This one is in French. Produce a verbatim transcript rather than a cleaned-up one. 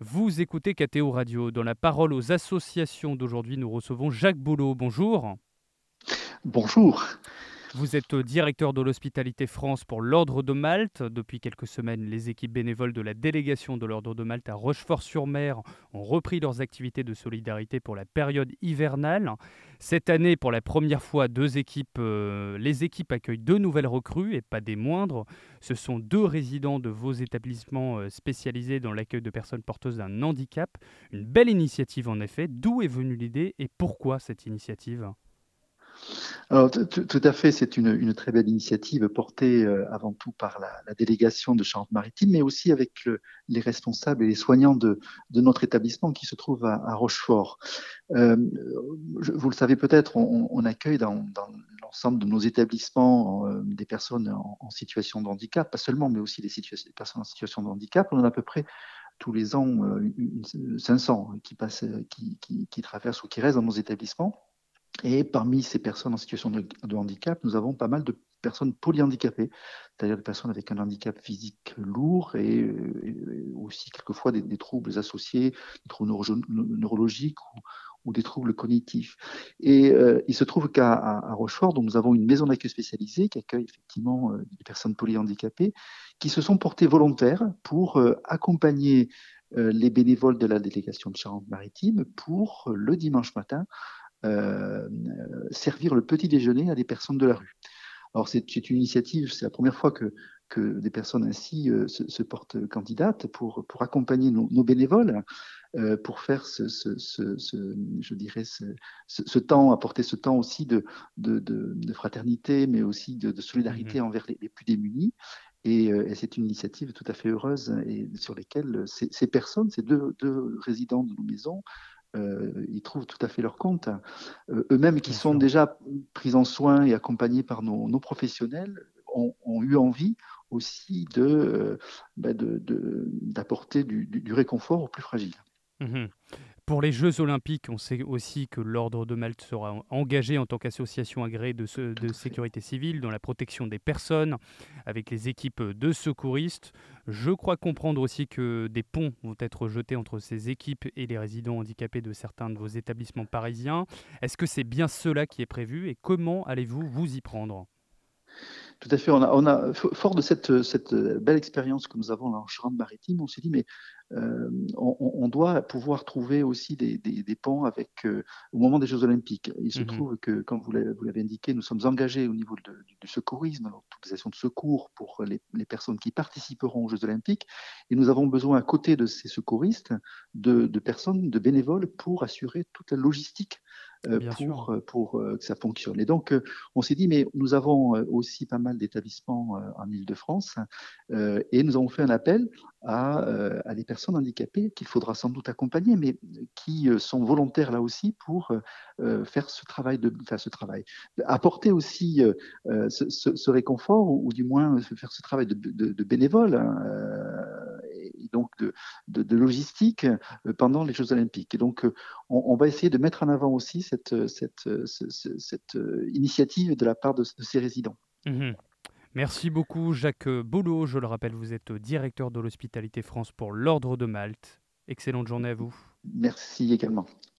Vous écoutez K T O Radio. Dans la parole aux associations d'aujourd'hui, nous recevons Jacques Boulot. Bonjour. Bonjour. Vous êtes directeur de l'Hospitalité France pour l'Ordre de Malte. Depuis quelques semaines, les équipes bénévoles de la délégation de l'Ordre de Malte à Rochefort-sur-Mer ont repris leurs activités de solidarité pour la période hivernale. Cette année, pour la première fois, deux équipes, euh, les équipes accueillent deux nouvelles recrues et pas des moindres. Ce sont deux résidents de vos établissements euh, spécialisés dans l'accueil de personnes porteuses d'un handicap. Une belle initiative en effet. D'où est venue l'idée et pourquoi cette initiative ? Alors, tout tout- tout à fait, c'est une, une très belle initiative portée euh, avant tout par la, la délégation de Charente-Maritime, mais aussi avec le- les responsables et les soignants de, de notre établissement qui se trouve à, à Rochefort. Euh, je- vous le savez peut-être, on, on accueille dans, dans l'ensemble de nos établissements euh, des personnes en, en situation de handicap, pas seulement, mais aussi des, situations, des personnes en situation de handicap. On en a à peu près tous les ans euh, une- une- cinq cents qui passent, qui, qui, qui traversent ou qui restent dans nos établissements. Et parmi ces personnes en situation de, de handicap, nous avons pas mal de personnes polyhandicapées, c'est-à-dire des personnes avec un handicap physique lourd et, et aussi quelquefois des, des troubles associés, des troubles neuro- neurologiques ou, ou des troubles cognitifs. Et euh, il se trouve qu'à à, à Rochefort, donc nous avons une maison d'accueil spécialisée qui accueille effectivement euh, des personnes polyhandicapées qui se sont portées volontaires pour euh, accompagner euh, les bénévoles de la délégation de Charente-Maritime pour euh, le dimanche matin euh, servir le petit déjeuner à des personnes de la rue. Alors c'est une initiative, c'est la première fois que, que des personnes ainsi euh, se, se, portent candidates pour, pour accompagner nos, nos bénévoles, euh, pour faire ce, ce, ce, ce je dirais, ce, ce, ce, temps, apporter ce temps aussi de, de, de, de fraternité, mais aussi de, de solidarité Mhm. envers les, les plus démunis. Et, euh, et c'est une initiative tout à fait heureuse et sur lesquelles ces, ces personnes, ces deux, deux résidents de nos maisons, euh, ils trouvent tout à fait leur compte. Euh, eux-mêmes qui Bien sont sûr. déjà pris en soin et accompagnés par nos, nos professionnels ont, ont, eu envie aussi de, euh, bah de, de, d'apporter du, du, du réconfort aux plus fragiles. Mhm. Pour les Jeux Olympiques, on sait aussi que l'Ordre de Malte sera engagé en tant qu'association agréée de, ce- Tout de à fait. sécurité civile dans la protection des personnes avec les équipes de secouristes. Je crois comprendre aussi que des ponts vont être jetés entre ces équipes et les résidents handicapés de certains de vos établissements parisiens. Est-ce que c'est bien cela qui est prévu et comment allez-vous vous y prendre ? Tout à fait. On a, on a, fort de cette, cette belle expérience que nous avons là en Charente-Maritime, on s'est dit, mais euh, on, on doit pouvoir trouver aussi des, des, des ponts avec, euh, au moment des Jeux Olympiques. Il se Mhm. trouve que, comme vous l'avez, vous l'avez indiqué, nous sommes engagés au niveau de- du, du secourisme, donc toutes les actions de secours pour les, les personnes qui participeront aux Jeux Olympiques. Et nous avons besoin, à côté de ces secouristes, de, de personnes, de bénévoles pour assurer toute la logistique euh, Bien sûr. pour, pour euh, que ça fonctionne. Et donc, euh, on s'est dit, mais nous avons euh, aussi pas mal d'établissements euh, en Île-de-France euh, et nous avons fait un appel à, euh, à des personnes handicapées qu'il faudra sans doute accompagner, mais qui euh, sont volontaires là aussi pour euh, faire ce travail, de, faire ce travail, apporter aussi euh, euh, ce, ce, ce réconfort ou, ou, du moins faire ce travail de, de, de bénévole hein, euh, et donc de, de, de logistique euh, pendant les Jeux Olympiques. Et donc, euh, on, on, va essayer de mettre en avant aussi cette, cette, cette, cette initiative de la part de, de ces résidents. Mhm. Merci beaucoup Jacques Boulot. Je le rappelle, vous êtes directeur de l'Hospitalité France pour l'Ordre de Malte. Excellente journée à vous. Merci également.